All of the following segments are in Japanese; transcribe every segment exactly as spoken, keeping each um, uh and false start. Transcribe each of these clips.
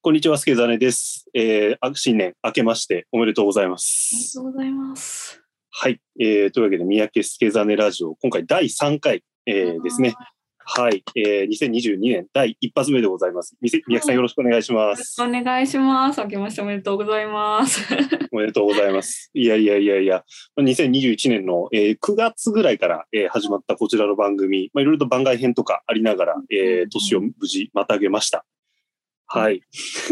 こんにちは、すけざねです。えー、新年明けましておめでとうございまありがす。 とうございます。 はい。えー、というわけで、三宅すけざねラジオ、今回だいさんかい、えー、ですね。はい。えー、にせんにじゅうにねんだい一発目でございます。みせ三宅さんよろしくお願いします。 よろしくお願いします。明けましておめでとうございます。 おめでとうございます。いやいやいやいや、にせんにじゅういちねんの、えー、くがつぐらいから、えー、始まったこちらの番組、まあ、いろいろと番外編とかありながら、えー、年を無事またげました。はい。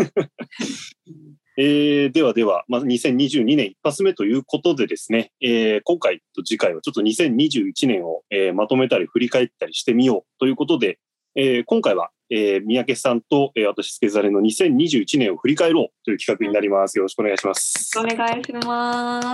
えー、ではでは、まずにせんにじゅうにねん一発目ということでですね、えー、今回と次回はちょっとにせんにじゅういちねんを、えー、まとめたり振り返ったりしてみようということで、えー、今回は、えー、三宅さんと、えー、私、すけざねのにせんにじゅういちねんを振り返ろうという企画になります。よろしくお願いします。 お願いします。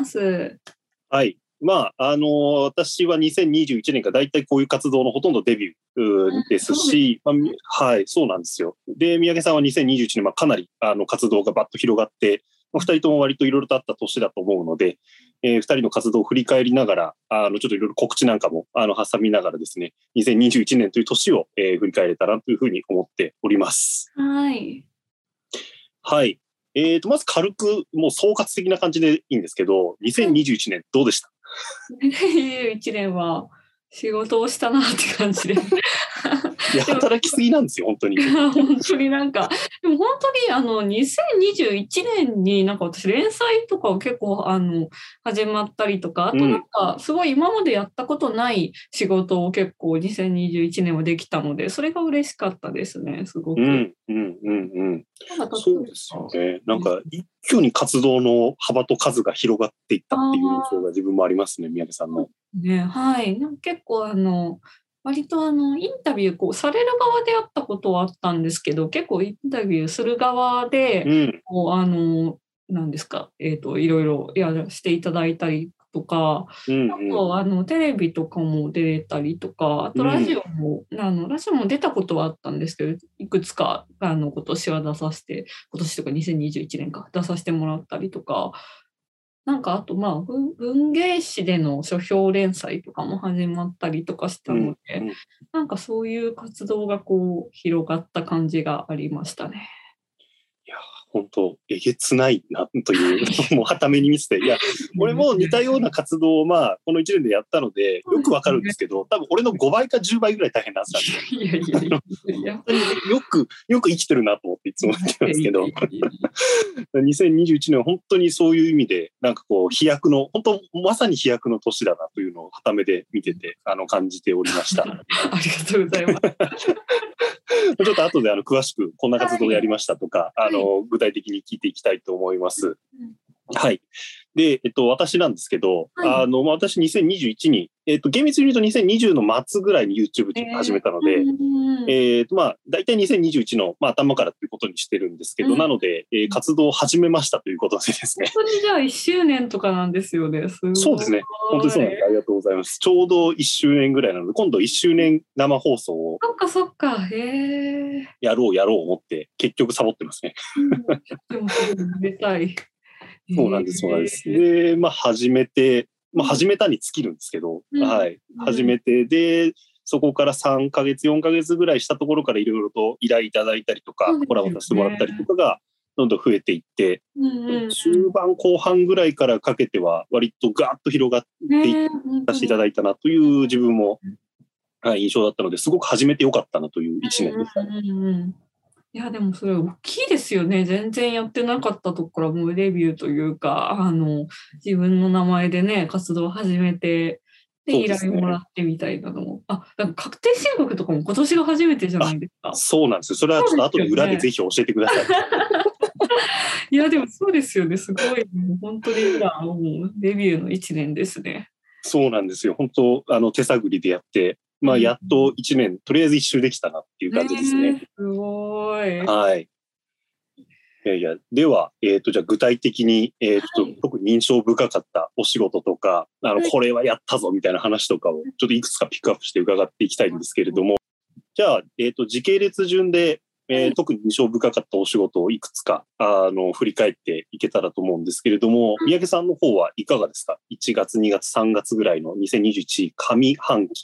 はい。まあ、あのー、私はにせんにじゅういちねんからだいたいこういう活動のほとんどデビューですし、まあ、はい、そうなんですよ。で、三宅さんはにせんにじゅういちねん、まあ、かなりあの活動がバッと広がって、まあ、ふたりとも割といろいろとあった年だと思うので、えー、ふたりの活動を振り返りながら、あのちょっといろいろ告知なんかもあの挟みながらですね、にせんにじゅういちねんという年を、えー、振り返れたらというふうに思っております。 はい。 はい。えーと、まず軽く、もう総括的な感じでいいんですけど、にせんにじゅういちねんどうでした？ にせんにじゅういちねんは仕事をしたなって感じで。 いや、働きすぎなんですよ、本当に。 本当になんか、でも本当にあの、にせんにじゅういちねんになんか私連載とかを結構あの、始まったりとか、あとなんかすごい今までやったことない仕事を結構にせんにじゅういちねんはできたので、それが嬉しかったですね、すごく。 うん、うん、うん、うん。そうですよね。なんか、一挙に活動の幅と数が広がっていったっていう印象が自分もありますね、宮根さんの。 ね、はい。なんか結構あの、割とあの、インタビューこうされる側であったことはあったんですけど、結構インタビューする側で、 うん、 こうあの、なんですか、えっと、いろいろやらしていただいたりとか、 うん、 あと、あの、テレビとかも出れたりとか、あとラジオも、あの、ラジオも出たことはあったんですけど、いくつか、あの、今年は出させて、今年とかにせんにじゅういちねんか、出させてもらったりとか、なんかあと、まあ、文文芸誌での書評連載とかも始まったりとかしたうん、 ので、 うん。 なんかそういう活動がこう広がった感じがありましたね。 いや、本当えげつないなという、もうはために見せて、いや、俺も似たような活動を、まあ、このいちねんでやったので、よくわかるんですけど、多分俺のごばいかじゅうばいぐらい大変なはずなんですよ。 いやいやいやいや。 本当によく、よく生きてるなと思っていつも言ってますけど、にせんにじゅういちねんは本当にそういう意味で、なんかこう、飛躍の、本当まさに飛躍の年だなというのをはためで見てて、あの、感じておりました。 ありがとうございます。 ちょっと後であの詳しくこんな活動をやりましたとか、はい、あの具体的に聞いていきたいと思います。はい。で、えっと、私なんですけど、はい、あの、私にせんにじゅういちに、えっと、厳密に言うとにせんにじゅうの末ぐらいに YouTube 始めたので、えー、えーと、まあ、大体にせんにじゅういちの、まあ、頭からということにしてるんですけど、うん、なので、えー、活動を始めましたということでですね。 本当にじゃあいっしゅうねんとかなんですよね。すごい。 そうですね。本当にそうなんです。ありがとうございます。ちょうどいっしゅうねんぐらいなので、今度いっしゅうねん生放送を。 そっかそっか。へえ。 やろうやろう思って、結局サボってますね。 でも、めでたい。 そうなんです、そうなんです。で、まあ、始めて、まあ、始めたに尽きるんですけど、うん、はい。始めて、で、そこからさんかげつ、よんかげつぐらいしたところからいろいろと依頼いただいたりとか、コラボさせてもらったりとかが、どんどん増えていって、うん、中盤後半ぐらいからかけては、割とガーッと広がっていっていただいたなという自分も、はい、印象だったので、すごく始めてよかったなといういちねんでしたね。 うんうんうん、いや、でもそれ大きいですよね。全然やってなかったところからもうデビューというか、あの、自分の名前でね、活動を始めて、で、依頼もらってみたいなのも。あ、なんか確定申告とかも今年が初めてじゃないですか。 そうなんですよ。それはちょっと後で裏でぜひ教えてください。 いや、でもそうですよね。すごい、本当に今、もうデビューのいちねんですね。 そうなんですよ。本当、あの、手探りでやって、まあ、やっといちねん、うん、とりあえず一周できたなっていう感じですね。ね、 すごい。 はい。いやいや、では、えっと、じゃあ具体的に、えっと、はい、特に印象深かったお仕事とか、あの、これはやったぞみたいな話とかを、ちょっといくつかピックアップして伺っていきたいんですけれども、じゃあ、えっと、時系列順で、えー、特に印象深かったお仕事をいくつか、あの、振り返っていけたらと思うんですけれども、三宅さんの方はいかがですか？ いち 月、にがつ、さんがつぐらいのにせんにじゅういち上半期。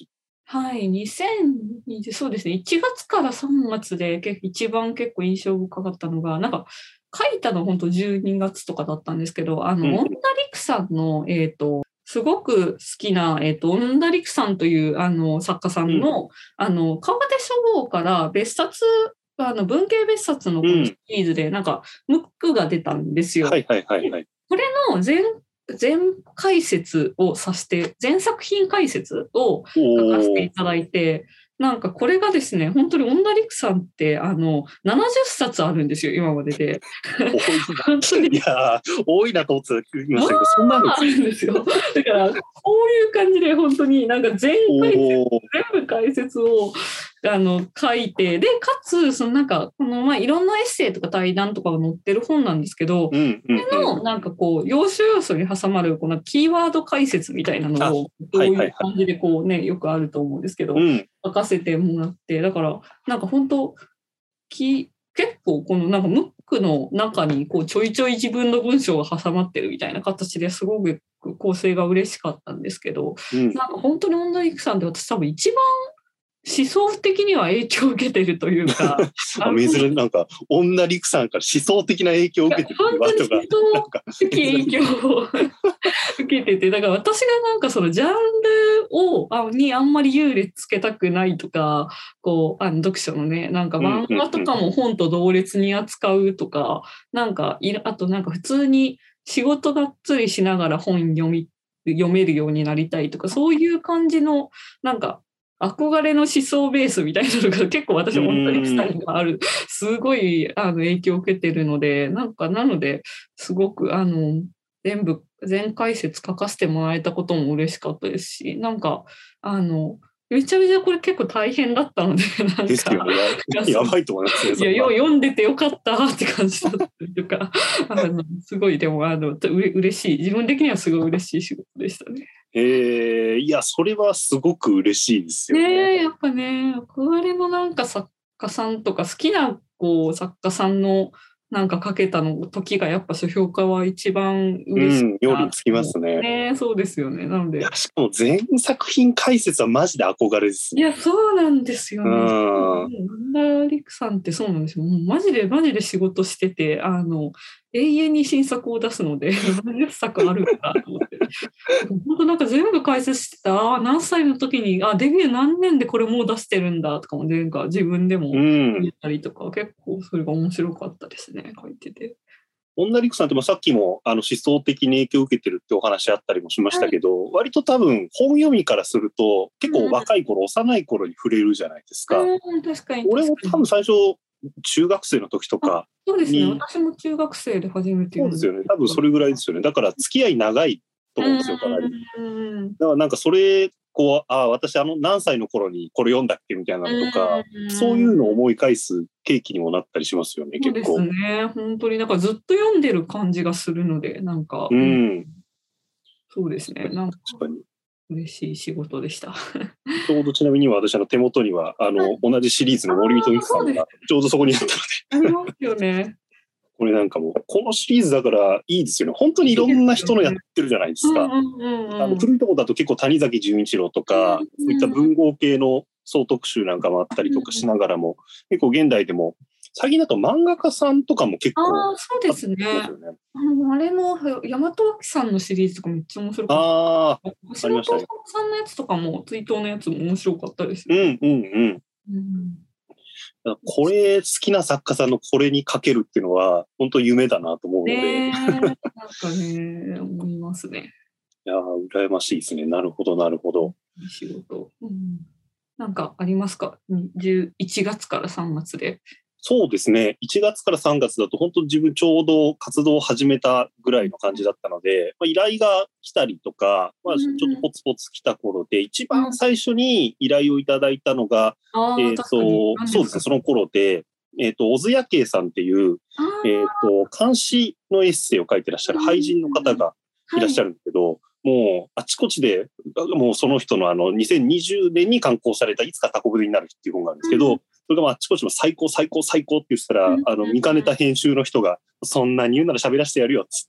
はい、にせんにじゅう、そうですね、いちがつからさんがつでけ一番結構印象深かったのが、なんか書いたのほんとじゅうにがつとかだったんですけど、あの、 うん恩田陸さんの、えっと、すごく好きな、えっと、恩田陸さんというあの作家さうんんの、あの、川手書房から別冊、あの文系別冊のうん。 このシリーズで、なんか、ムックが出たんですよ。 はいはいはいはい。 これの全全解説をさせて、全作品解説を書かせておー。 いただいて、なんかこれがですね、本当に恩田陸さんって、あの、ななじゅっさつあるんですよ、今までで。 多いな。 本当に。 いやー、多いなと思って言いまましたけど、そんなのあ、あるんですよ。だから、こういう感じで、本当になんか全解説、 おー。 全部解説をあの書いて、で、かつ、そのなんか、このまあいろんなエッセイとか対談とかが載ってる本なんですけど、 うんうんうん。 のなんかこう要所要所に挟まるこのキーワード解説みたいなのをどういう感じでこうねよくあると思うんですけど、 うん、 書かせてもらって、だからなんか本当き結構このなんかムックの中にこうちょいちょい自分の文章が挟まってるみたいな形ですごく構成が嬉しかったんですけど、 うん、 なんか本当に恩田育さんって私多分一番思想的には影響を受けてるというか珍しい、なんか女陸さんから思想的な影響を受けてるっていうワードがなんか影響を受けてて、だから私がなんかそのジャンルをあにあんまり優劣つけたくないとか、こうあの読書のねなんか漫画とかも本と同列に扱うとか、なんかいあとなんか普通に仕事がっつりしながら本読み読めるようになりたいとか、そういう感じのなんか憧れの思想ベースみたいなのが結構私は本当に下にある、すごいあの影響を受けてるので、なんかなのですごくあの全部全解説書かせてもらえたことも嬉しかったですし、なんかあのめちゃめちゃこれ結構大変だったので、なんかですよね。やばいと思いますね。 いや、よう読んでてよかったって感じだったりとか、あのすごいでもあのうれ嬉しい、自分的にはすごい嬉しい仕事でしたね。 えー、いやそれはすごく嬉しいですよね。 ねえ、やっぱね、憧れのなんか作家さんとか好きなこう作家さんのなんか書けたの時がやっぱ書評家は一番嬉しいな。 うん、妙につきますね。 ね、そうですよね。なので。 いやしかも全作品解説はマジで憧れですね。 いや、そうなんですよね。 うん恩田陸さんってそうなんですよ。もうマジでマジで仕事してて、あの永遠に新作を出すので、何十作あるんだと思って。本当なんか全部解説してた、あ何歳の時に、あデビュー何年でこれもう出してるんだとかも、なんか自分でも言ったりとか、うん、結構それが面白かったですね、書いてて。 恩田陸さんってもさっきもあの思想的に影響を受けてるってお話あったりもしましたけど、はい、割と多分本読みからすると結構若い頃、うん、幼い頃に触れるじゃないですか。 うん、確かに俺も多分最初中学生の時とかそうですね、私も中学生で初めてそうですよね、多分それぐらいですよね。だから付き合い長いと思うんですよ、かなり。だからなんかそれこうあ私あの何歳の頃にこれ読んだっけみたいなのとか、そういうのを思い返す契機にもなったりしますよね、結構。 そうですね、本当になんかずっと読んでる感じがするので、なんか、 うん、 そうですね、なんか確かに嬉しい仕事でした。 ちょうどちなみに私の手元にはあの、はい、同じシリーズの森見とみさんがちょうどそこにあったので。 ありますよね。 これなんかもうこのシリーズだからいいですよね。本当にいろんな人のやってるじゃないですか。古いところだと結構谷崎潤一郎とか、うんうん、そういった文豪系の総特集なんかもあったりとかしながらも、結構現代でも最近だと漫画家さんとかも結構あそうですね。あれの大和脇さんのシリーズとかめっちゃ面白かった。ああ、星野さんのやつとかも追悼のやつも面白かったですよ、ね。うんうんうん。うんこれ好きな作家さんのこれに書けるっていうのは本当夢だなと思うので、 ね、なんかね思いますね。 いや羨ましいですね。なるほどなるほど。 仕事、うん、なんかありますか？じゅういちがつからさんがつで。 そうですね。いちがつからさんがつだと本当自分ちょうど活動を始めたぐらいの感じだったので、まあ、依頼が来たりとか、まあ、ちょっとポツポツ来た頃で、一番最初に依頼をいただいたのが、うん、えっ、ー、と、そうですね、その頃で、えっ、ー、と、小津屋慶さんっていう、えっ、ー、と、監視のエッセイを書いてらっしゃる俳人の方がいらっしゃるんですけど、はいもうあちこちでもうその人のあのにせんにじゅうねんに刊行されたいつかタコブリになるっていう本があるんですけど、うん、それがあちこちの最高最高最高って言ってたら、うん、あの見かねた編集の人がそんなに言うなら喋らせてやるよっつ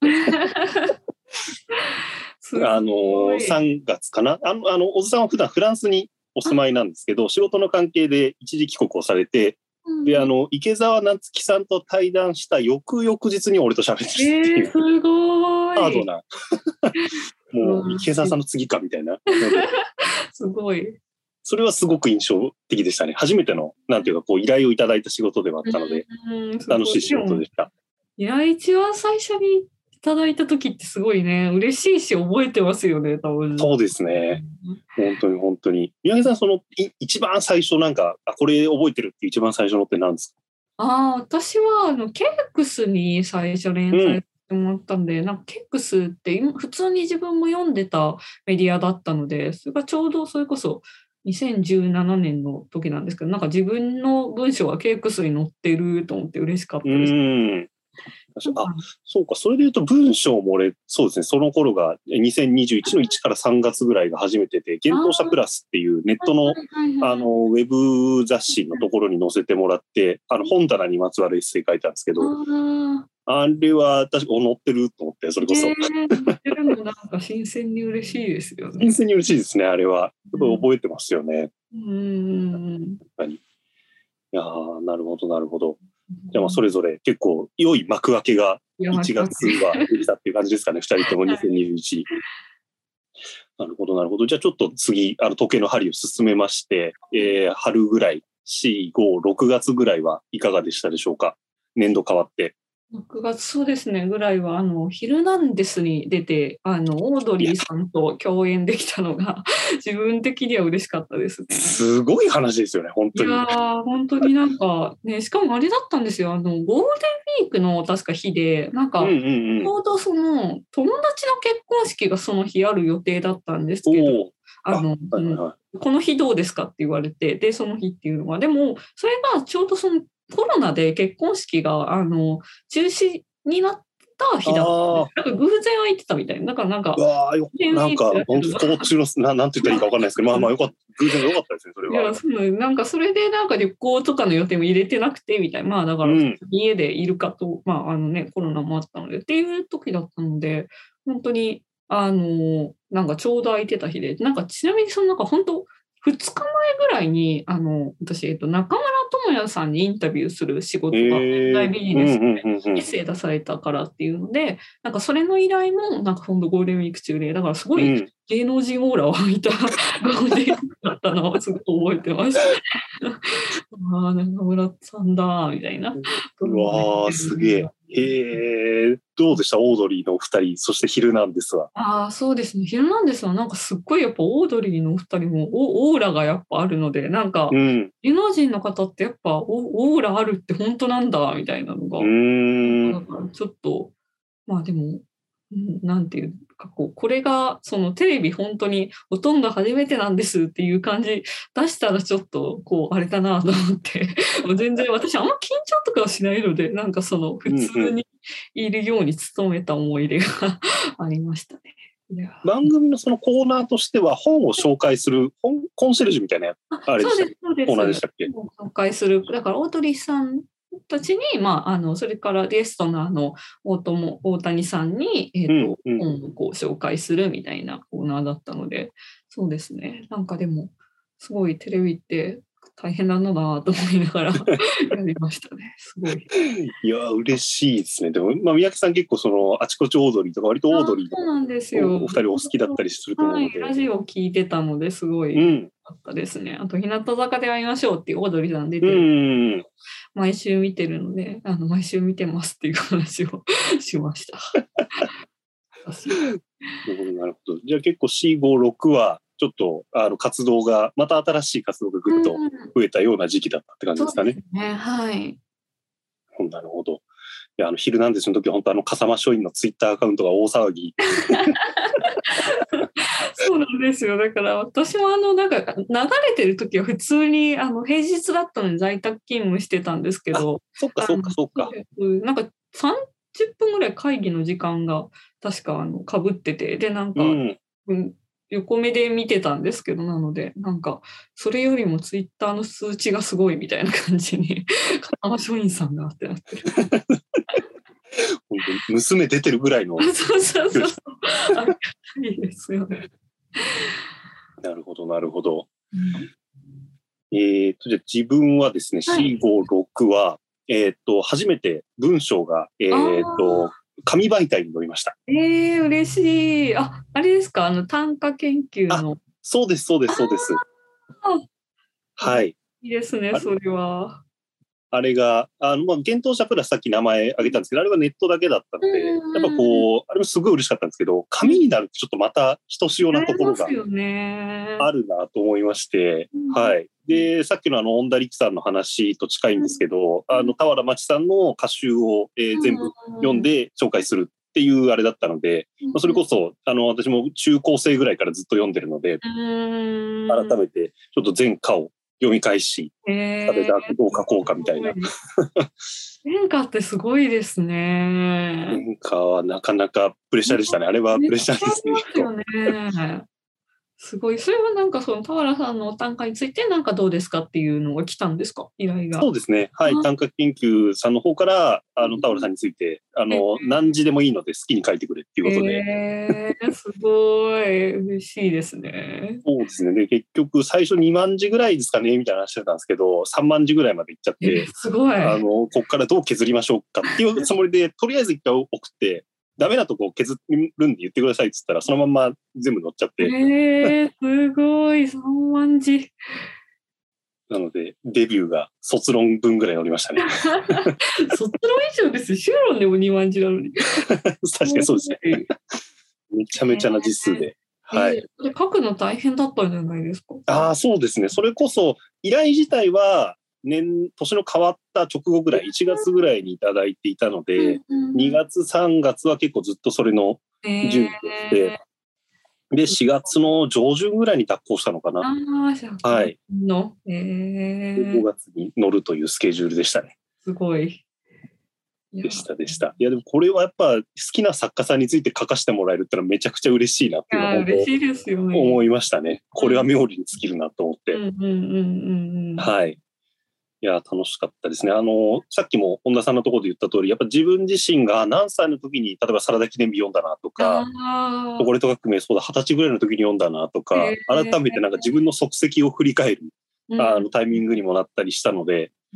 ってあのさんがつかなあのあの小津さんは普段フランスにお住まいなんですけど、仕事の関係で一時帰国をされて、で、あの、池澤夏樹さんと対談した翌々日に俺と喋ってるっていう。 えー、すごい。 ハードな。もう、池澤さんの次か、みたいな。 すごい。 それはすごく印象的でしたね。初めての、なんていうか、こう、依頼をいただいた仕事ではあったので、楽しい仕事でした。 依頼一番最初にいただいた時ってすごいね、嬉しいし、覚えてますよね、多分。 そうですね。本当に本当に。宮城さん、その、い一番最初なんか、あ、これ覚えてるって一番最初のって何ですか？ ああ、私は、あの、ケークスに最初連載してもらったんで、うん、なんか、ケークスって今、普通に自分も読んでたメディアだったので、それがちょうどそれこそ、にせんじゅうななねんの時なんですけど、なんか自分の文章がケークスに載ってると思って嬉しかったです。 うん。あ、そうか。それで言うと文章も俺、そうですね。その頃がにせんにじゅういちのいちからさんがつぐらいが初めてで、幻冬舎プラスっていうネットの、あの、ウェブ雑誌のところに載せてもらって、あの、本棚にまつわるエッセイ書いたんですけど、あれは確か載ってると思って、それこそ。 えー、でもなんか新鮮に嬉しいですよね。 新鮮に嬉しいですね、あれは。覚えてますよね。 うん。 確かに。いやー、なるほど、なるほど。じゃあまあそれぞれ結構良い幕開けがいちがつはできたっていう感じですかね、ふたりともにせんにじゅういち。なるほど、なるほど。じゃあちょっと次、あの時計の針を進めまして、えー、春ぐらい、よん、ご、ろくがつぐらいはいかがでしたでしょうか？年度変わって。 ろくがつ、そうですね、ぐらいは、あの、ヒルナンデスに出て、あの、オードリーさんと共演できたのが、自分的には嬉しかったですね。 すごい話ですよね、本当に。 いやー、本当になんか、ね、しかもあれだったんですよ、あの、ゴールデンウィークの確か日で、なんか、ちょうどその、友達の結婚式がその日ある予定だったんですけど、あの、あはいはいはい、この日どうですかって言われて、で、その日っていうのは、でも、それがちょうどその、コロナで結婚式があの中止になった日だった。なんか偶然空いてたみたいな。だからなんか、 うわよなんか、本当不幸中のな、なんて言ったらいいか分かんないですけど、まあまあよかった。偶然良かったですね、それは。 いや、そうなんかそれでなんか旅行とかの予定も入れてなくて、みたいな。まあだから、家でいるかと、うん、まああのね、コロナもあったので、っていう時だったので、本当に、あの、なんかちょうど空いてた日で、なんかちなみにそのなんか本当、ふつかまえぐらいに、あの、私、えっと、中村智也さんにインタビューする仕事が、現代ビジネスでエッセイ出されたからっていうので、なんかそれの依頼も、なんか今度ゴールデンウィーク中で、だからすごい芸能人オーラを見たゴールデンウィークだったのをすごい覚えてます。ああ、中村さんだ、みたいな。 うわー、すげえ。へえ、どうでしたオードリーのお二人、そしてヒルナンデスは。 ああ、そうですね。ヒルナンデスはなんかすっごいやっぱオードリーのお二人もオーラがやっぱあるので、なんか、芸能人の方ってやっぱオーラあるって本当なんだ、みたいなのが。 うん。 だからちょっと、まあでも、なんていうかこう、これがそのテレビ本当にほとんど初めてなんですっていう感じ出したらちょっとこうあれだなと思ってもう全然私あんま緊張とかはしないのでなんかその普通にいるように努めた思い出がありましたね。 番組のそのコーナーとしては本を紹介する本コンシェルジュみたいなやつあれでしたっけ？コーナーでしたっけ？ 紹介するだからオードリーさんたちに、まあ、あのそれからゲストのあの大友大谷さんに、えーとうんうん、本をこう紹介するみたいなコーナーだったので、そうですね、なんかでもすごいテレビって大変なんだなと思いながらやりましたね。すごい。 いや嬉しいですね。でも、まあ、三宅さん結構そのあちこちオードリーとか割とオードリーとかそうなんですよ。 お二人お好きだったりすると思うので、 はい、ラジオ聞いてたのですごいあったですね。うん、あと日向坂で会いましょうっていうオードリーさん出てる、うん、毎週見てるので、あの毎週見てますっていう話をしました。 なるほどなるほど。じゃあ結構 よん、ご、ろくはちょっとあの活動がまた新しい活動がぐっと増えたような時期だったって感じですかね。うん、そうですね、はい。 なるほど。いや、あのヒルナンデスの時は本当あの笠間書院のツイッターアカウントが大騒ぎ。 そうなんですよ。だから私もあのなんか流れてる時は普通にあの平日だったのに在宅勤務してたんですけど、 そっかそっかそっか。 なんかさんじゅっぷんぐらい会議の時間が確かあの被ってて、でなんか、うんうん、横目で見てたんですけど、なのでなんかそれよりもツイッターの数値がすごいみたいな感じに笠間書院さんがってなってる。 本当に娘出てるぐらいの。 そうそうそう。ありがたいですよね。 なるほどなるほど。 と、じゃあ自分はですね、 はい。 よん、ご、ろくは、えっと、初めて文章が、えっと、紙媒体に載りました。 ええー、嬉しい。あ、あれですか、あの、短歌研究あ、 の。 そうです、そうであす、そうです。 あ、嬉しはい。 いですね、 あれ、 それは。 あれが、あの、まあ、幻冬舎プラスさっき名前挙げたんですけど、あれはネットだけだったうので、やっぱん。 こう、あれもすごい嬉しかったんですけど、 うん。 紙になるとちょっとまたひとしおなやりところがますよね。 あるなと思いまして、 うん。 はい。で、さっきのあの、恩田陸さんの話と近いんですけど、あの、俵町さんの歌集を、えー全部読んで紹介するっていうあれだったので、まあ、それこそ、あの、私も中高生ぐらいからずっと読んでるので、改めてちょっと全歌を読み返し、 え誰だ、 ー、 どう書こうかみたいな。 すごい。演歌ってすごいですね。 演歌はなかなかプレッシャーでしたね。あれはめっプレッシャーちゃあですね、結構。 りますよね。すごい。それはなんかその俵さんのお短歌についてなんかどうですかっていうのが来たんですか、依頼が。 そうですね。はい。 あ、 短歌研究さんの方から、あの、田原さんについて、あえの、何時でもいいので好きに書いてくれっていうことで。 えー、すごい嬉しいですね。 そうですね。で、結局、最初にまん字ぐらいですかね、みたいな話してたんですけど、さんまん字ぐらいまでいっちゃっえ、 て、 すごい。 あの、ここからどう削りましょうかっていうつもりで、とりあえず一回送って、ダメなとこ削るんで言ってくださいって言ったら、そのまま全部載っちゃって、 えー、すごい。さんまん字。 なので、デビューが卒論文ぐらい載りましたね。 卒論以上ですよ。修論でもにまん字なのに。 確かにそうですね。めちゃめちゃな字数で。 えー、 はい。 それ書くの大変だったんじゃないですか。 ああ、そうですね。それこそ、依頼自体は、年、年の変わった直後ぐらい、いちがつぐらいにいただいていたので、にがつ、さんがつは結構ずっとそれの準え備をして、 ー、 で、しがつの上旬ぐらいに脱行したのかな。 ああ、じゃあ、 はい。 の。えで、 ー、 ごがつに乗るというスケジュールでしたね。 すごい。いや、いでした、でした。いや、でもこれはやっぱ好きな作家さんについて書かせてもらえるってのはめちゃくちゃ嬉しいなっていうのはや、 本当嬉しいですよね。 思いましたね。これは妙利に尽きるなと思って。 うんうんうんうんうん。 はい。いや、楽しかったですね。あの、さっきも本田さんのところで言った通り、やっぱ自分自身が何歳の時に、例えばサラダ記念日読んだなとか、チョコああ、 レート革命そうだ、はたちぐらいの時に読んだなとか、 え改めてなんか自分の足跡を振り返る、 ー、うん。 あの、タイミングにもなったりしたので、 うん。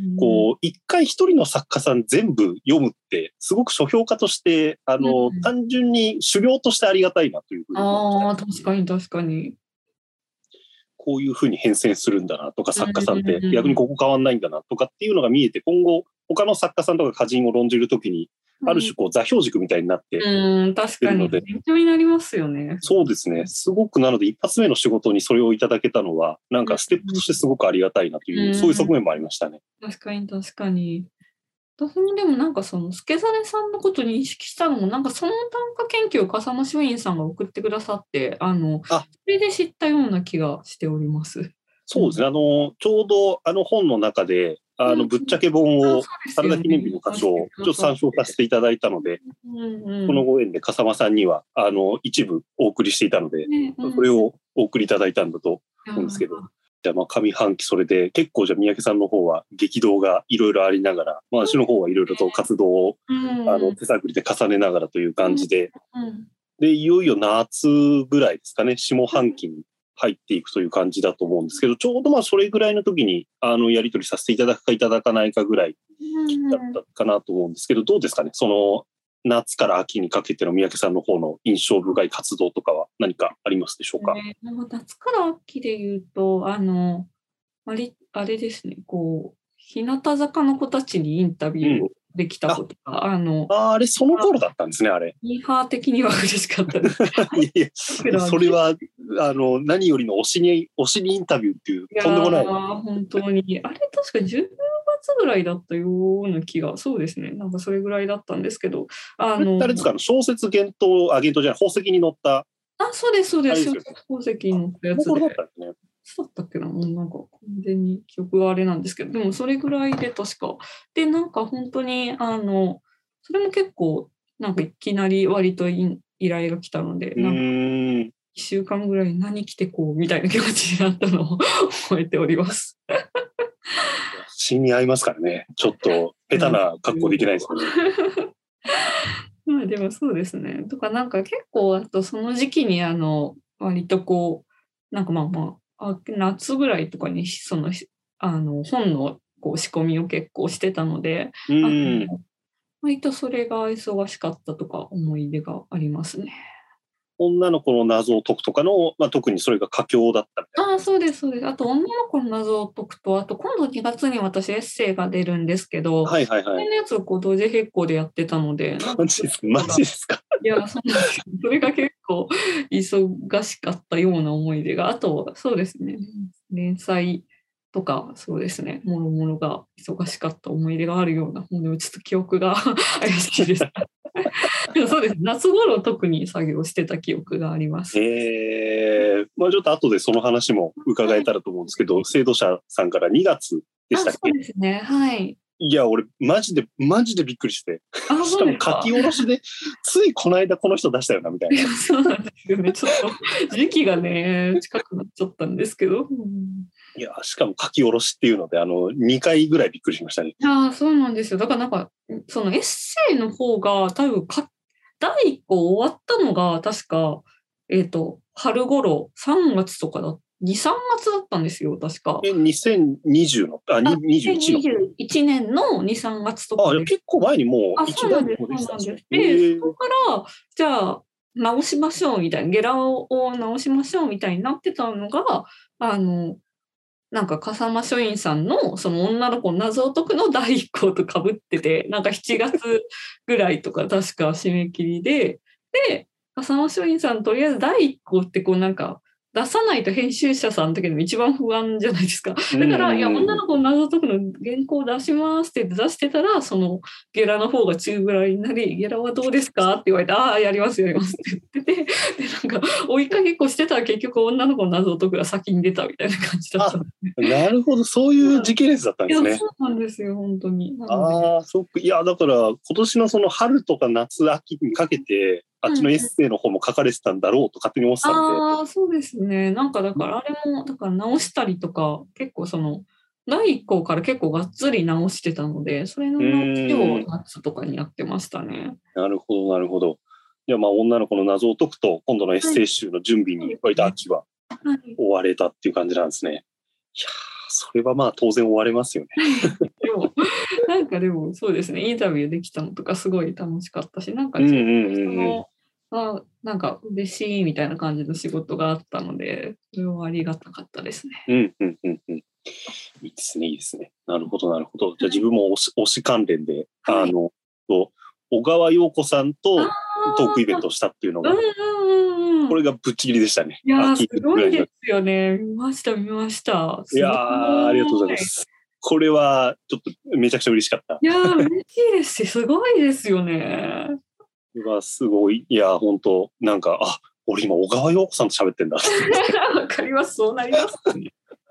こう、一回一人の作家さん全部読むって、すごく書評家として、あうの、 ん。 単純に修行としてありがたいなというふうに思いましたね。 ああ、確かに確かに。 こういうふうに変遷するんだなとか、 う作家さんって逆にん。 ここ変わんないんだなとかっていうのが見えて、今後、他の作家さんとか歌人を論じるときに、ある種こう座標軸みたいになってうん、確かに。 出るので、 勉強になりますよね。 そうですね。すごくなので、一発目の仕事にそれをいただけたのは、なんかステップとしてすごくありがたいなという、そういううん。 側面もありましたね。 確かに確かに。私もでもなんかその助真さんのこと認識したのもなんかその短歌研究を笠間書院さんが送ってくださってあのあ、 それで知ったような気がしております。うん。 そうですね。あの、ちょうどあの本の中で、あの、 うん、 ぶっちゃけ本あ、 を、 そうですよね。 サラダ記念日の箇所をちょっと参照させていただいたので、 うんそうん。 のご縁で笠間さんには、あの、一部お送りしていたので、 ね、うん。 それをお送りいただいたんだといや思うんですけど、じゃあまあ上半期それで結構じゃあ三宅さんの方は激動がいろいろありながら、まあ私の方はいろいろと活動をうん。 あの手探りで重ねながらといううん。 感じで、 うん。 で、いよいよ夏ぐらいですかね、下半期に入っていくという感じだと思うんですけど、ちょうどまあそれぐらいの時にあのやり取りさせていただくかいただかないかぐらいだったかなと思うんですけど、どうですかね、その夏から秋にかけての三宅さんの方の印象深い活動とかは何かありますでしょうか？ ね、夏から秋で言うと、あの、あれ、あれですね、こう、日向坂の子たちにインタうん。 ビューをできたあ、 ことが、あの、 ああれ、その頃だったんですね、あれ。 ミーハー的には嬉しかったです。 いやいや、 だけど、 それは、あの、何よりの推しに、推しにインタビューっていう、 いやとんでもない。 ー、本当に、あれ確かじゅうがつぐらいだったような気が、そうですね、なんかそれぐらいだったんですけど、ああれっての、 あれですか、あの小説幻冬、あ、幻冬じゃない、宝石に載った、 あ、そうです、そうです、 あれですよね。 宝石に載ったやつで、 その頃だったんですね。 そうだったっけな、もうなんか完全に記憶があれなんですけど、でもそれぐらいで確か。で、なんか本当に、あの、それも結構、なんかいきなり割とい依頼が来たので、 うなんかーん。 いっしゅうかんぐらい何着てこうみたいな気持ちになったのを覚えております。 死に合いますからね。ちょっと、下手な格好できないですよね。 まあでもそうですね。とかなんか結構、あとその時期にあの、割とこう、なんかまあまあ、あ夏ぐらいとかにそのあの本のこう仕込みを結構してたので、 うん。 あの割とそれが忙しかったとか思い出がありますね。 女の子の謎を解くとかの、まあ、特にそれが佳境だったみたいな。 ああ、そうですそうです。あと女の子の謎を解くと、あと今度にがつに私エッセイが出るんですけど、 はいはいはい。 それのやつをこう同時並行でやってたので、なんかマジですかマジですか。 いや、そうなんですよ。それが結構忙しかったような思い出が、あと、そうですね、連載とか、そうですね、もろもろが忙しかった思い出があるような、もうでもちょっと記憶が怪しいです。でもそうです。夏頃特に作業してた記憶があります。 えー、まあちょっと後でその話も伺えたらと思うんですけど、制度者さんからにがつでしたっあ、そけ？ うですね。はい。 いや、俺、マジで、マジでびっくりして。 あ、 しかも書そうですか。 き下ろしで、ついこの間この人出したよな、みたいな。 いや、そうなんですよね。ちょっと時期がね、近くなっちゃったんですけど。うん、 いや、しかも書き下ろしっていうので、あの、にかいぐらいびっくりしましたね。 ああ、そうなんですよ。だからなんか、そのエッセイの方が多分か、だいいっこ終わったのが確か、えっと、春頃、さんがつとかだ、に、さんがつだったんですよ、確か。 え、にせんにじゅうの、あ、 あ、 にじゅういちの。 にせんにじゅういちねんのに、さんがつとあ、 かで。 結構前にもうあ、そ一段うなんです、 落できたんですね。 そうなんです。 えで、そー、 こから、じゃあ、直しましょうみたいな、ゲラを直しましょうみたいになってたのが、あの、なんか笠間書院さんのその女の子の謎を解くのだいいっこうとかぶってて、なんかしちがつぐらいとか確か締め切りで、で、笠間書院さんとりあえずだいいっこうってこうなんか出さないと編集者さんの時でも一番不安じゃないですか。 うんだから、いや、 うんうん。 女の子の謎を解くの原稿出しますって言って出してたら、そのゲラの方が中ぐらいになり、ゲラはどうですかって言われて、ああ、やりますやりますって言ってて、で、なんか追いかけっこしてたら結局女の子の謎を解くが先に出たみたいな感じだったあ、 んで。 なるほど、そういう時系列だったんいや、 ですね。 そうなんですよ、本当に。なので、 ああ、そっか。いや、だから、今年のその春とか夏、秋にかけて、あっちのエッうんうん。 セイの方も書かれてたんだろうと勝手に思ってたんで。 ああ、そうですね。なんかだからあれも、だから直したりとか、結構その、だいいっこうから結構がっつり直してたので、それうの直しをーん。 夏とかにやってましたね。 なるほど、なるほど。いや、まあ、女の子の謎を解くと、今度のエッはい、 セイ集の準備そうでに、割すね。 と秋ははい。 追われたっていう感じなんですね。いやー、それはまあ、当然追われますよね。 でも、なんかでもそうですね、インタビューできたのとかすごい楽しかったし、なんかうんうちょうどそんうんうん。 の、あ、なんか嬉しいみたいな感じの仕事があったので、それはありがたかったですね。 うんうんうんうん。いいですね、いいですね。なるほど、なるほど。じゃあ自分も推し、推し関連で、 はい。 あの、と小川陽子さんあとトークイベンあ、 トをしたっていうのが、 うんうんうんうん。 これがぶっちぎりでしたね。 いやー、す秋ぐらいの。 ごいですよね。見ました見ました。 いやすごー、ありがとうございまい。 す。これは、ちょっとめちゃくちゃ嬉しかった。 いやー、嬉しいですし、すごいですよね。 これはすごい、いや、本当なんか、あ、俺今小川陽子さんと喋ってんだと思って。 わかります、そうなりますね。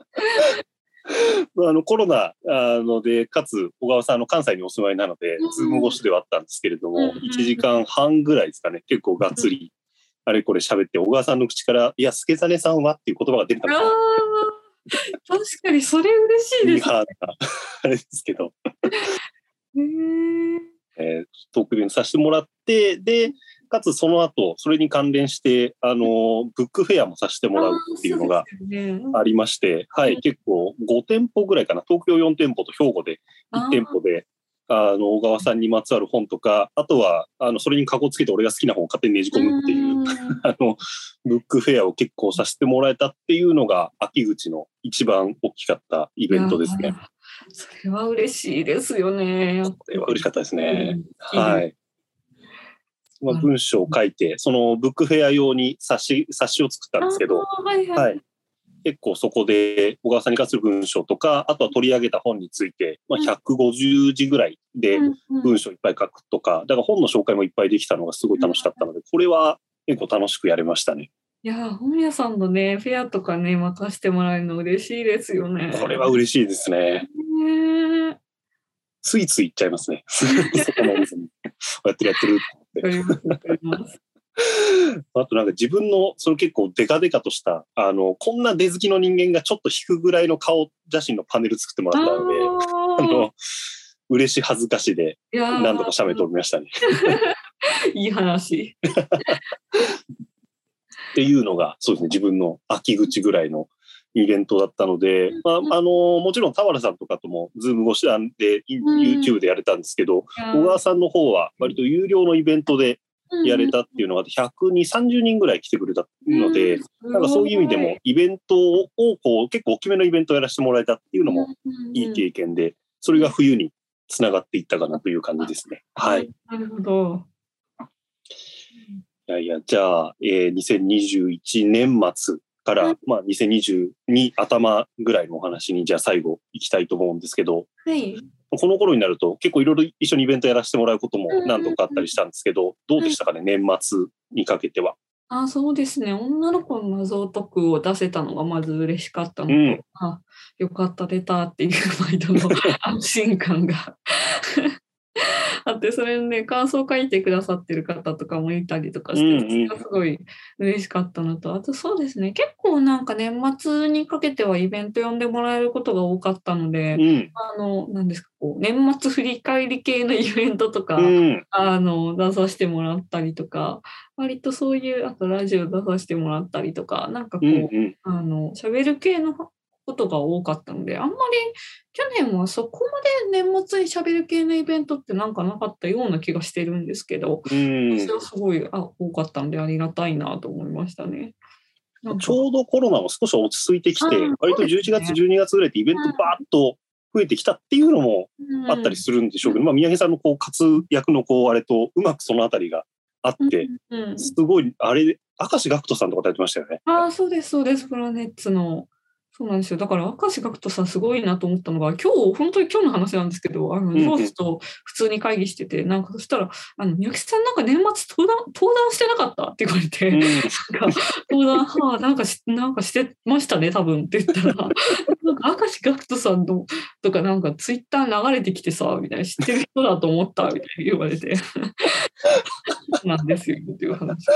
あのコロナあので、かつ小川さんの関西にお住まいなので、ズーム越しではあったんですけれどうんも、いちじうんかんはんぐらいですかね、結構がっうん。 つり、あれこれ喋って、小川さんの口から、いや、助真さんはっていう言葉が出たあのかな。 あ、確かにそれ嬉しいです。 ミーハーな、あれですけど、 へえ。 えートークイベントさせてもらって、で、かつその後、それに関連して、あの、ブックフェアもさせてもああ、 らうっていうのがそうですよね。 ありまして、はい、結構ご店舗ぐらいかな、東京よん店舗と兵庫でいちああ、 店舗で、あの、小川さんにまつわる本とか、あとは、あの、それにかこつけて俺が好きな本を勝手にねじう込むっていう、 ーん。 あの、ブックフェアを結構させてもらえたっていうのが、秋口の一番大きかったイベンいやー、 トですね。 それは嬉しいですよね。やっぱこれは嬉しかったですね。 り好きで。 はい。まあ、 なる文章を書いて、そのブックフェア用に冊子、冊子を作ったんあですけど、 あ、はいはい。 はい。結構そこで小川さんに関する文章とか、あとは取り上げた本について、まあ、ひゃくごじゅうじぐらいでうんうん。 文章いっぱい書くとか、だから本の紹介もいっぱいできたのがすごい楽しかったので、これは結構楽しくやれましたね。 いやー、本屋さんのね、フェアとかね、任してもらえるの嬉しいですよね。 これは嬉しいですね。 ねえ。 ついつい言っちゃいますね。そこのお店に。やってるやってるって。 わかりますわかります。 あとなんか自分のその結構デカデカとした、あの、こんな出好きの人間がちょっと引くぐらいの顔写真のパネル作ってもらったので、あああ、 の、嬉し恥ずかしでいや何度か写メ撮りましたね。 ー、いい話。 っていうのが、そうですね、自分の秋口ぐらいのイベントだったので、まあ、あのもちろん田原さんとかともズーム越しで YouTube でやれたんですけど、小川さんの方は割と有料のイベントでやれたっていうのがひゃくにじゅう、さんじゅうにんぐらい来てくれたので、なんかそういう意味でもイベントをこう結構大きめのイベントをやらせてもらえたっていうのもいい経験で、それが冬につながっていったかなという感じですね。はい。 なるほど。 いやいや、じゃあ、えー、にせんにじゅういちねん末から、まあ、にせんにじゅうに頭ぐらいのお話に、じゃあ最後行きたいと思うんですけど、 はい、 この頃になると結構いろいろ一緒にイベントやらせてもらうことも何度かあったりしたんですけど、どうでしたかね、年末にかけては。 あ、そうですね。女の子の謎解くを出せたのがまず嬉しかったのと、うん、あ、よかった、出たっていう毎度の安心感があって、それで、ね、感想を書いてくださってる方とかもいたりとかして、うんうん、それがすごい嬉しかったのと、あとそうですね、結構なんか年末にかけてはイベント呼んでもらえることが多かったので、うん、あの、なんですか、こう、年末振り返り系のイベントとか、うん、あの、出させてもらったりとか、割とそういう、あとラジオ出させてもらったりとか、なんかこう、うんうん、あの、喋る系のことが多かったので、あんまり去年はそこまで年末に喋る系のイベントってなんかなかったような気がしてるんですけど、私はすごいあ多かったのでありがたいなと思いましたね。 ちょうどコロナも少し落ち着いてきて、割とじゅういちがつ、じゅうにがつぐらいでイベントバーッと増えてきたっていうのもあったりするんでしょうけど、うん、まあ、宮城さんのこう活躍のこうあれとうまくそのあたりがあって、うんうん、すごい、あれ、明石学人さんとかやってましたよね。 ああ、そうです、そうです、プラネッツの。そうなんですよ。だから、明石学人さんすごいなと思ったのが、今日、本当に今日の話なんですけど、あの、上司と普通に会議してて、なんかそしたら、あの、みゆきさんなんか年末登壇、登壇してなかったって言われて、うん、なんか、登壇、はあ、なんかし、なんかしてましたね、多分って言ったら、なんか明石学人さんのとか、なんかツイッター流れてきてさ、みたいな、知ってる人だと思った、みたいに言われて、そうなんですよ、っていう話。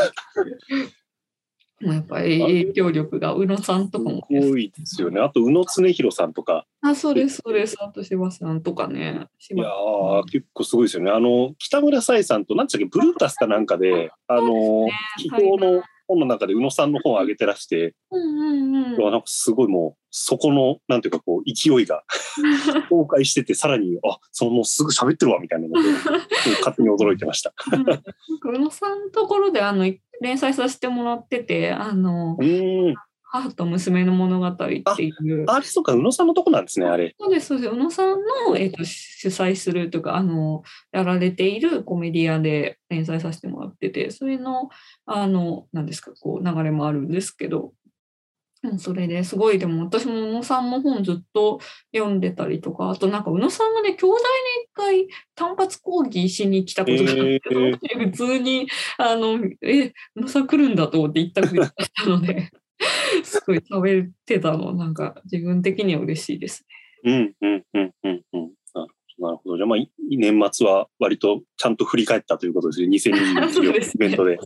やっぱり影響力が宇野さんとかもすごいですよね。あと宇野恒弘さんとか。 あ、そうですそうです。あと柴さんとかね。 いやー、結構すごいですよね。あの北村紗衣さんと何でしたっけ、ブルータスかなんかで、あの秘宝の本の中で宇野さんの本を上げてらして、うんうんうん、なんかすごいもうそこのなんていうかこう勢いが崩壊してて、さらにあそのもうすぐ喋ってるわみたいなので勝手に驚いてました。 うん、なんか宇野さんのところであの連載させてもらってて、あの、 うん母と娘の物語っていう。 あ、あれ、そうか、宇野さんのとこなんですね、あれ。 そうです、そうです。宇野さんの、えーと、主催するというか、あの、やられているコメディアで連載させてもらってて、それの、あの、なんですか、こう、流れもあるんですけど、それですごい、でも私も宇野さんの本ずっと読んでたりとか、あとなんか宇野さんがね、兄弟で一回単発講義しに来たことがあって、えー、その時普通に、あの、え、宇野さん来るんだと思って行ったくらいだったので、すごい喋ってたの、なんか自分的には嬉しいですね。うんうんうんうんうん。なるほど。じゃあまあ年末は割とちゃんと振り返ったということですね。にせんにじゅういちのイベントで。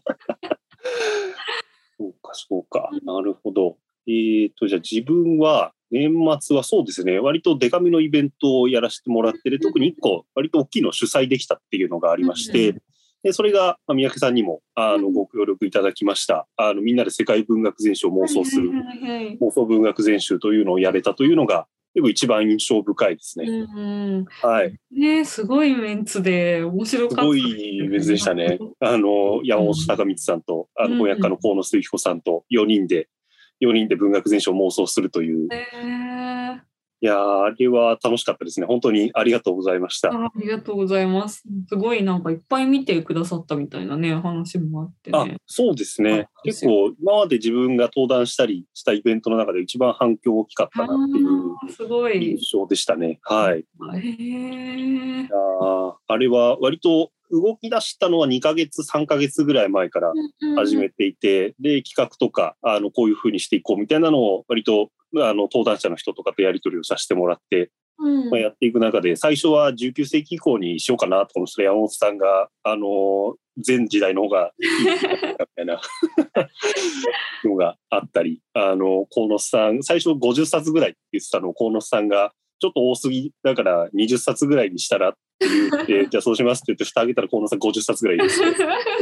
そうか、そうか。なるほど。えーと、じゃあ自分は、年末はそうですね、割とデカめのイベントをやらせてもらってる、特にいっこ、割と大きいのを主催できたっていうのがありまして、でそれが、まあ、三宅さんにもあのご協力いただきました、あのみんなで世界文学全集を妄想する、妄想文学全集というのをやれたというのが、結構一番印象深いですね。 うんはい。 ね、すごいメンツで面白かった、 すごいメンツでしたね。あの山本隆光さんと、あの翻訳家の河野杉彦さんとよにんでよにんで文学全集を妄想するという。 えー、 いやあれは楽しかったですね。本当にありがとうございました。 あ、ありがとうございます。すごいなんかいっぱい見てくださったみたいなね話もあってね。 あ、そうですね。結構今まで自分が登壇したりしたイベントの中で一番反響大きかったなっていう印象でしたね。はい。 へー。 いやあれは割と動き出したのはにかげつさんかげつぐらい前から始めていて、で企画とかあのこういう風にしていこうみたいなのを割とあの登壇者の人とかとやり取りをさせてもらって、うんまあ、やっていく中で最初はじゅうきゅうせいき以降にしようかなと思って山本さんがあの前時代の方がいいみたいなのがあったり、あの河野さん最初ごじゅっさつぐらいって言ってたのを河野さんがちょっと多すぎだからはたちさつぐらいにしたらって言ってじゃあそうしますって言って蓋開けたら河野さんごじゅっさつぐらいですね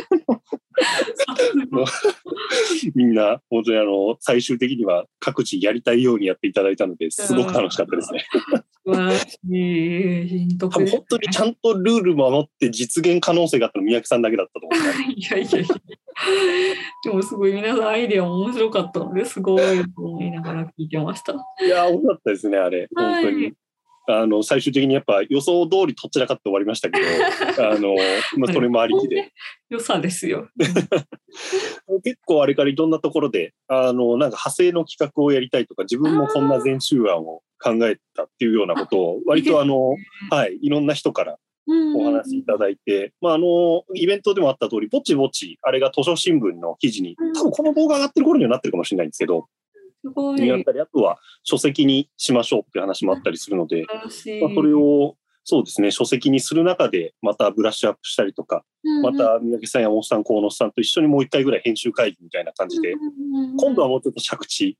みんな本当にあの最終的には各自やりたいようにやっていただいたのですごく楽しかったですね。 素晴らしい。 多分本当にちゃんとルール守って実現可能性があったの三宅さんだけだったと思う、ね、 いやいやいや。でもすごい皆さんアイデア面白かったのですごいと思いながら聞いてました。 いや面白かったですねあれ、はい、本当に。あの最終的にやっぱ予想通りとっちらかって終わりましたけどあの、まあ、それもありきで良さですよ結構あれからいろんなところであのなんか派生の企画をやりたいとか自分もこんな全集案を考えたっていうようなことを割とあのはい、いろんな人からお話しいただいて、まあ、あのイベントでもあった通りぼちぼちあれが図書新聞の記事に多分この動画上がってる頃にはなってるかもしれないんですけどすごいになったりあとは書籍にしましょうっていう話もあったりするので、まあ、それをそうですね書籍にする中でまたブラッシュアップしたりとか、うんうん、また三宅さん山本さん河野さんと一緒にもう一回ぐらい編集会議みたいな感じで、うんうんうん、今度はもうちょっと着地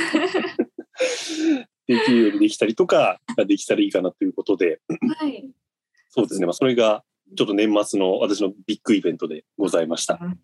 できるようにできたりとかできたらいいかなということで、はい、そうですね、まあ、それがちょっと年末の私のビッグイベントでございました。はい。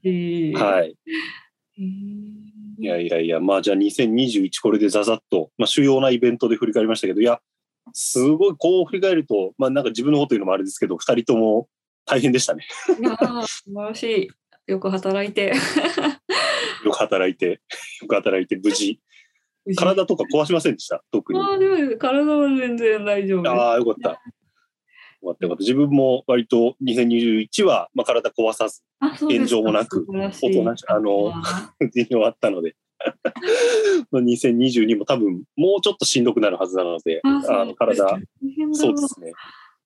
いやいやいや、まあじゃあにせんにじゅういちこれでざざっと、まあ、主要なイベントで振り返りましたけど、いや、すごいこう振り返ると、まあなんか自分のこと言うのもあれですけど、ふたりとも大変でしたね。 いや素晴らしい。よく働いて。 よく働いて、よく働いて、無事。体とか壊しませんでした、特に。 あでも体は全然大丈夫です。 ああ、よかった。よかったよかった。自分も割とにせんにじゅういちは、まあ、体壊さず、炎上もなく、おとなしく、あの、終わったので。にせんにじゅうにも多分もうちょっとしんどくなるはずなので、ああの体、そうですね。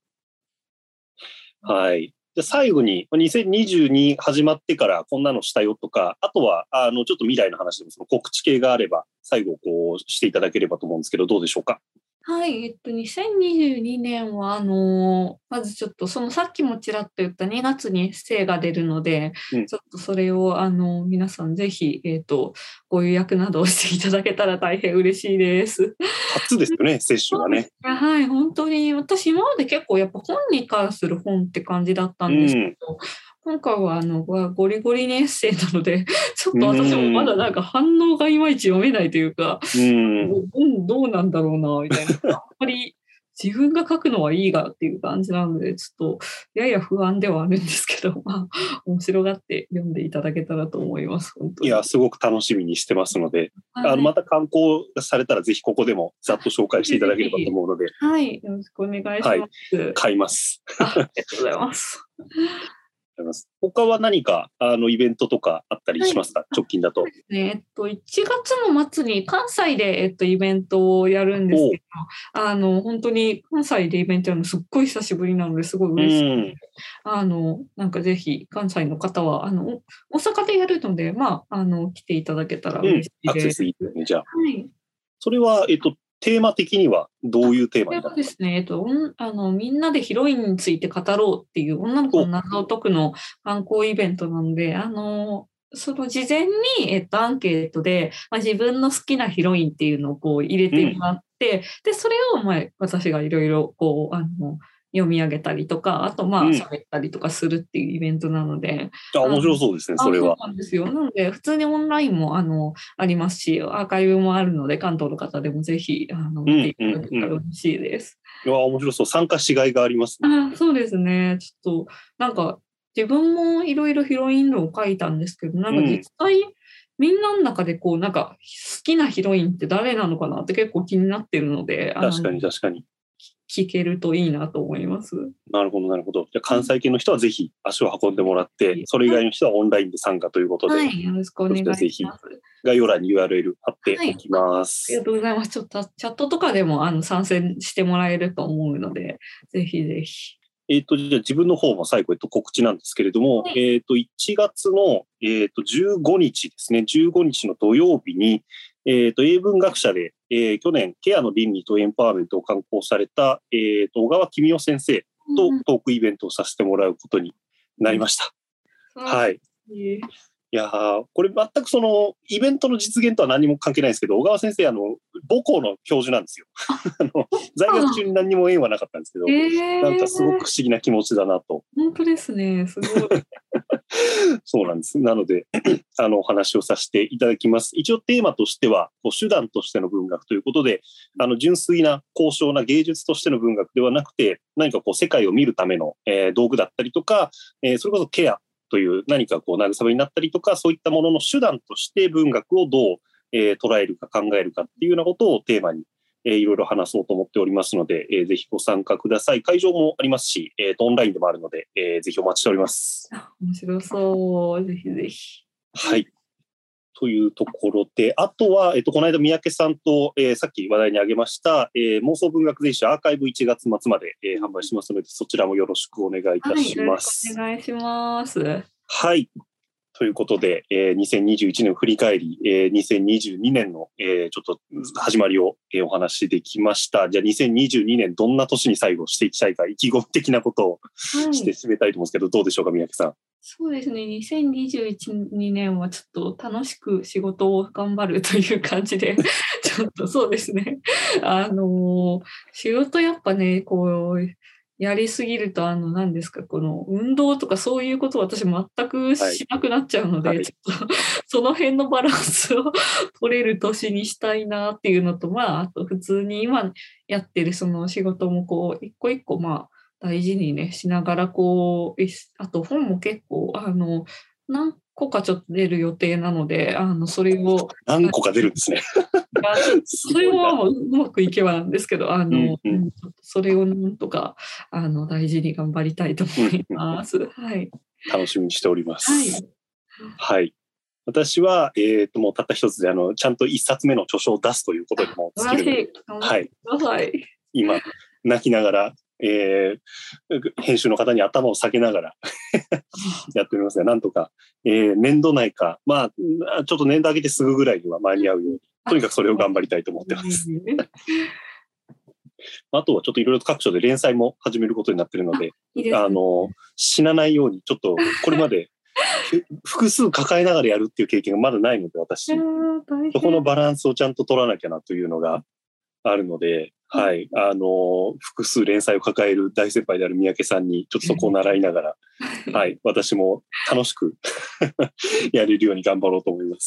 はい。じゃ最後ににせんにじゅうに始まってからこんなのしたよとか、あとはあのちょっと未来の話でもその告知系があれば最後こうしていただければと思うんですけど、どうでしょうか。 はい、えっと、にせんにじゅうにねんは、あのー、まずちょっと、そのさっきもちらっと言ったにがつに生が出るので、うん、ちょっとそれを、あの、皆さんぜひ、えっと、ご予約などをしていただけたら大変嬉しいです。 初ですよね、接種がね。 はい、本当に、私今まで結構やっぱ本に関する本って感じだったんですけど、うん今回はあのゴリゴリにエッセイなので、ちょっと私もまだなんか反応がいまいち読めないというか、うんどうなんだろうな、みたいな。あんまり自分が書くのはいいがっていう感じなので、ちょっとやや不安ではあるんですけど、まあ、面白がって読んでいただけたらと思います。本当に。 いや、すごく楽しみにしてますので、はい、あのまた観光されたらぜひここでもざっと紹介していただければと思うので。 はい、よろしくお願いします。はい、 買います。 あ。ありがとうございます。 他は何かあのイベントとかあったりしますか、はい、直近だと。 ねえっと、いちがつの末に関西で、えっと、イベントをやるんですけど、あの本当に関西でイベントやるのすっごい久しぶりなのですごい嬉しい、うん、あのなんかぜひ関西の方はあの大阪でやるので、まあ、あの来ていただけたら嬉しいです。うん、アクセスいいですね、じゃあ。はい、 それは、えっとテーマ的にはどういうテーマになるんですか？ ですね、えっと、あのみんなでヒロインについて語ろうっていう女の子の謎を解くの観光イベントなので、あのその事前に、えっと、アンケートで、まあ、自分の好きなヒロインっていうのをこう入れてもらって、うん、でそれを、まあ、私がいろいろこうあの読み上げたりとか、あとまあ喋ったりとかするっていうイベントなので、 うん、あ面白そうですね、それは。 そうなんですよ。なので普通にオンラインもあのありますし、アーカイブもあるので関東の方でもぜひあの見ていただけたら嬉しいです。 うんうんうん、いや面白そう、参加しがいがありますね。 あそうですね。ちょっとなんか自分もいろいろヒロイン論を書いたんですけど、なんか実際、うん、みんなの中でこうなんか好きなヒロインって誰なのかなって結構気になってるので、 確かに確かに。 聞けるといいなと思います。 なるほどなるほど。じゃ関西圏の人はぜひ足を運んでもらって、うん、それ以外の人はオンラインで参加ということで、 はい、よろしくお願いします。ぜひ概要欄に ユーアールエル 貼っておきます、 はい。ありがとうございます。ちょっとチャットとかでもあの参戦してもらえると思うので、ぜひぜひ。 えっと、じゃあ自分の方も最後、えっと、告知なんですけれども、はい、えっと、いちがつの、えっと、じゅうごにちですね、じゅうごにちの土曜日に、えっと、英文学者で、えー、去年、ケアの倫理とエンパワーメントを刊行された、えっと、小川公夫先生とトークイベントをさせてもらうことになりました。うん、はい。いいやー、これ全くそのイベントの実現とは何も関係ないんですけど、小川先生、あの母校の教授なんですよ。あの在学中に何にも縁はなかったんですけど、 えー、 なんかすごく不思議な気持ちだなと。 本当ですね、すごい。 そうなんです。なので、あのお話をさせていただきます。一応テーマとしては、こう手段としての文学ということで、あの純粋な高尚な芸術としての文学ではなくて、何かこう世界を見るための、えー、道具だったりとか、えー、それこそケアという何かこう慰めになったりとか、そういったものの手段として文学をどう、えー、捉えるか考えるかっていうようなことをテーマに、えー、いろいろ話そうと思っておりますので、えー、ぜひご参加ください。会場もありますし、えー、オンラインでもあるので、えー、ぜひお待ちしております。 面白そう。ぜひぜひ。 はい。というところで、あとは、えっと、この間、三宅さんと、えー、さっき話題に挙げました、えー、妄想文学全集アーカイブいちがつ末まで、えー、販売しますので、そちらもよろしくお願いいたします。 はい、よろしくお願いします。 はい。ということで、えー、にせんにじゅういちねんを振り返り、えー、にせんにじゅうにねんの、えー、ちょっと始まりを、えー、お話しできました。じゃあにせんにじゅうにねんどんな年に最後していきたいか、意気込み的なことをして締めたいと思うんですけど、はい、どうでしょうか、三宅さん。 そうですね、にせんにじゅういち、にねんはちょっと楽しく仕事を頑張るという感じで、ちょっとそうですね、あの、仕事やっぱね、こう、やりすぎると、あの、何ですか、この運動とかそういうことを私全くしなくなっちゃうので、はいはい、ちょっとその辺のバランスを取れる年にしたいなっていうのと、まあ、あと普通に今やってるその仕事もこう、一個一個、まあ、大事にね、しながらこう、あと本も結構、あの、何個かちょっと出る予定なので、あの、それを。 何個か出るんですね。 それはもううまくいけばなんですけど、あの、うんうん、それをなんとか、あの、大事に頑張りたいと思います。はい。 楽しみにしております。はい。はい、私は、えーと、もうたった一つで、あの、ちゃんと一冊目の著書を出すということにも尽きるので、はい。はい。今、泣きながら、えー、編集の方に頭を下げながらやっておりますが、なんとか、えー、年度内か、まあ、ちょっと年度上げてすぐぐらいには間に合うように、とにかくそれを頑張りたいと思ってます。あとはちょっといろいろと各所で連載も始めることになっているので、いいですね、あの、死なないように、ちょっとこれまで複数抱えながらやるっていう経験がまだないので、私、そこのバランスをちゃんと取らなきゃなというのがあるので、はい、あの、複数連載を抱える大先輩である三宅さんに、ちょっとそこを習いながら、はい、私も楽しくやれるように頑張ろうと思います。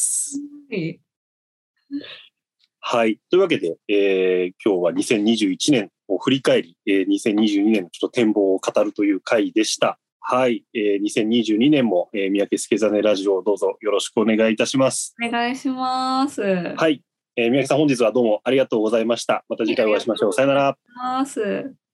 はい。というわけで、えー、今日はにせんにじゅういちねんを振り返り、えー、にせんにじゅうにねんのちょっと展望を語るという回でした。はい。えー、にせんにじゅうにねんも、えー、三宅助真ラジオをどうぞよろしくお願いいたします。 お願いします。 はい。えー、三宅さん本日はどうもありがとうございました。また次回お会いしましょう。さよなら。